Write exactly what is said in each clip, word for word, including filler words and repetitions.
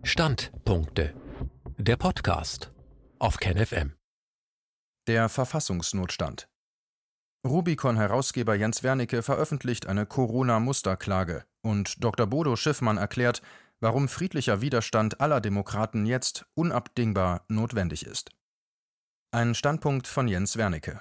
Standpunkte. Der Podcast auf KenFM. Der Verfassungsnotstand. Rubicon-Herausgeber Jens Wernicke veröffentlicht eine Corona-Musterklage und Doktor Bodo Schiffmann erklärt, warum friedlicher Widerstand aller Demokraten jetzt unabdingbar notwendig ist. Ein Standpunkt von Jens Wernicke.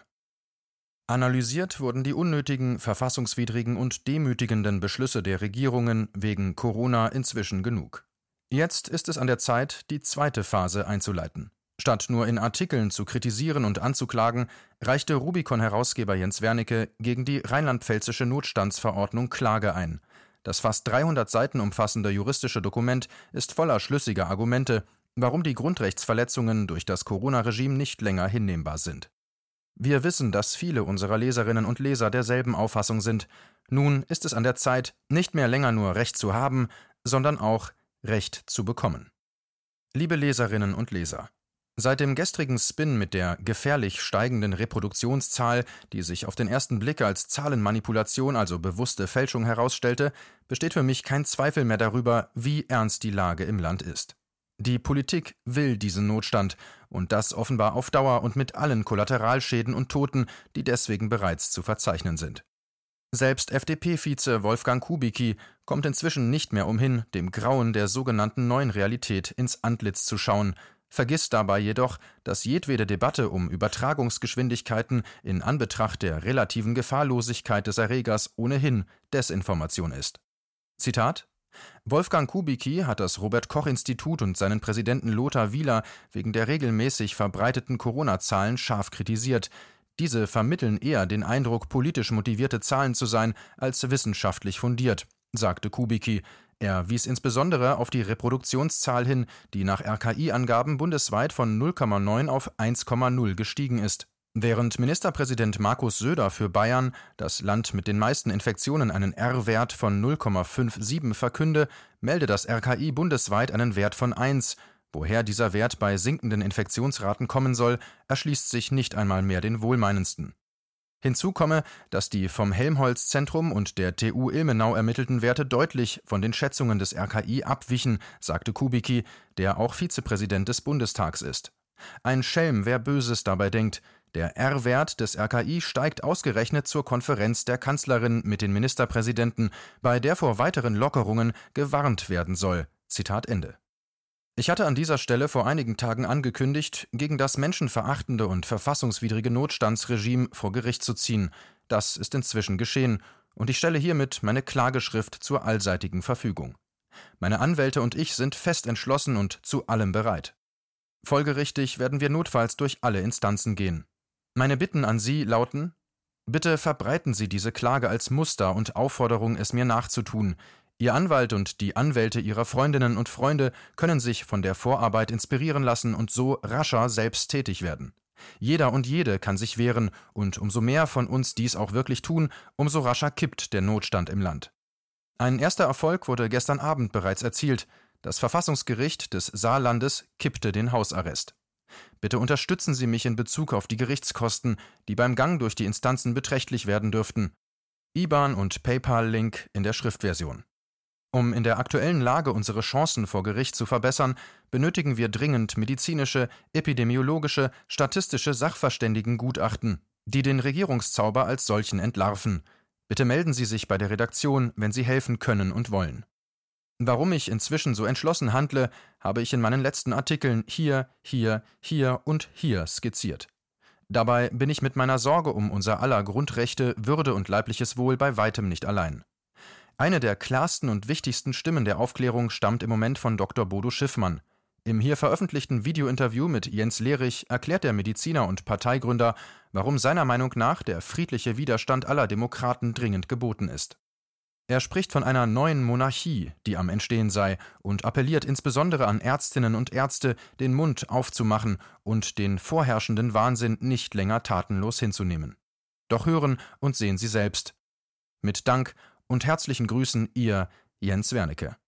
Analysiert wurden die unnötigen, verfassungswidrigen und demütigenden Beschlüsse der Regierungen wegen Corona inzwischen genug. Jetzt ist es an der Zeit, die zweite Phase einzuleiten. Statt nur in Artikeln zu kritisieren und anzuklagen, reichte Rubicon-Herausgeber Jens Wernicke gegen die rheinland-pfälzische Notstandsverordnung Klage ein. Das fast dreihundert Seiten umfassende juristische Dokument ist voller schlüssiger Argumente, warum die Grundrechtsverletzungen durch das Corona-Regime nicht länger hinnehmbar sind. Wir wissen, dass viele unserer Leserinnen und Leser derselben Auffassung sind. Nun ist es an der Zeit, nicht mehr länger nur Recht zu haben, sondern auch Recht zu bekommen. Liebe Leserinnen und Leser, seit dem gestrigen Spin mit der gefährlich steigenden Reproduktionszahl, die sich auf den ersten Blick als Zahlenmanipulation, also bewusste Fälschung herausstellte, besteht für mich kein Zweifel mehr darüber, wie ernst die Lage im Land ist. Die Politik will diesen Notstand und das offenbar auf Dauer und mit allen Kollateralschäden und Toten, die deswegen bereits zu verzeichnen sind. Selbst F D P-Vize Wolfgang Kubicki kommt inzwischen nicht mehr umhin, dem Grauen der sogenannten neuen Realität ins Antlitz zu schauen, vergisst dabei jedoch, dass jedwede Debatte um Übertragungsgeschwindigkeiten in Anbetracht der relativen Gefahrlosigkeit des Erregers ohnehin Desinformation ist. Zitat: Wolfgang Kubicki hat das Robert-Koch-Institut und seinen Präsidenten Lothar Wieler wegen der regelmäßig verbreiteten Corona-Zahlen scharf kritisiert. Diese vermitteln eher den Eindruck, politisch motivierte Zahlen zu sein, als wissenschaftlich fundiert, sagte Kubicki. Er wies insbesondere auf die Reproduktionszahl hin, die nach R K I-Angaben bundesweit von null Komma neun auf eins Komma null gestiegen ist. Während Ministerpräsident Markus Söder für Bayern, das Land mit den meisten Infektionen, einen R-Wert von null Komma siebenundfünfzig verkünde, melde das R K I bundesweit einen Wert von eins. Woher dieser Wert bei sinkenden Infektionsraten kommen soll, erschließt sich nicht einmal mehr den Wohlmeinendsten. Hinzu komme, dass die vom Helmholtz-Zentrum und der T U Ilmenau ermittelten Werte deutlich von den Schätzungen des R K I abwichen, sagte Kubicki, der auch Vizepräsident des Bundestags ist. Ein Schelm, wer Böses dabei denkt. Der R-Wert des R K I steigt ausgerechnet zur Konferenz der Kanzlerin mit den Ministerpräsidenten, bei der vor weiteren Lockerungen gewarnt werden soll. Zitat Ende. Ich hatte an dieser Stelle vor einigen Tagen angekündigt, gegen das menschenverachtende und verfassungswidrige Notstandsregime vor Gericht zu ziehen. Das ist inzwischen geschehen, und ich stelle hiermit meine Klageschrift zur allseitigen Verfügung. Meine Anwälte und ich sind fest entschlossen und zu allem bereit. Folgerichtig werden wir notfalls durch alle Instanzen gehen. Meine Bitten an Sie lauten: Bitte verbreiten Sie diese Klage als Muster und Aufforderung, es mir nachzutun. Ihr Anwalt und die Anwälte Ihrer Freundinnen und Freunde können sich von der Vorarbeit inspirieren lassen und so rascher selbst tätig werden. Jeder und jede kann sich wehren, und umso mehr von uns dies auch wirklich tun, umso rascher kippt der Notstand im Land. Ein erster Erfolg wurde gestern Abend bereits erzielt. Das Verfassungsgericht des Saarlandes kippte den Hausarrest. Bitte unterstützen Sie mich in Bezug auf die Gerichtskosten, die beim Gang durch die Instanzen beträchtlich werden dürften. I B A N und PayPal-Link in der Schriftversion. Um in der aktuellen Lage unsere Chancen vor Gericht zu verbessern, benötigen wir dringend medizinische, epidemiologische, statistische Sachverständigengutachten, die den Regierungszauber als solchen entlarven. Bitte melden Sie sich bei der Redaktion, wenn Sie helfen können und wollen. Warum ich inzwischen so entschlossen handle, habe ich in meinen letzten Artikeln hier, hier, hier und hier skizziert. Dabei bin ich mit meiner Sorge um unser aller Grundrechte, Würde und leibliches Wohl bei weitem nicht allein. Eine der klarsten und wichtigsten Stimmen der Aufklärung stammt im Moment von Doktor Bodo Schiffmann. Im hier veröffentlichten Videointerview mit Jens Lehrich erklärt der Mediziner und Parteigründer, warum seiner Meinung nach der friedliche Widerstand aller Demokraten dringend geboten ist. Er spricht von einer neuen Monarchie, die am Entstehen sei, und appelliert insbesondere an Ärztinnen und Ärzte, den Mund aufzumachen und den vorherrschenden Wahnsinn nicht länger tatenlos hinzunehmen. Doch hören und sehen Sie selbst. Mit Dank und herzlichen Grüßen, Ihr Jens Wernicke.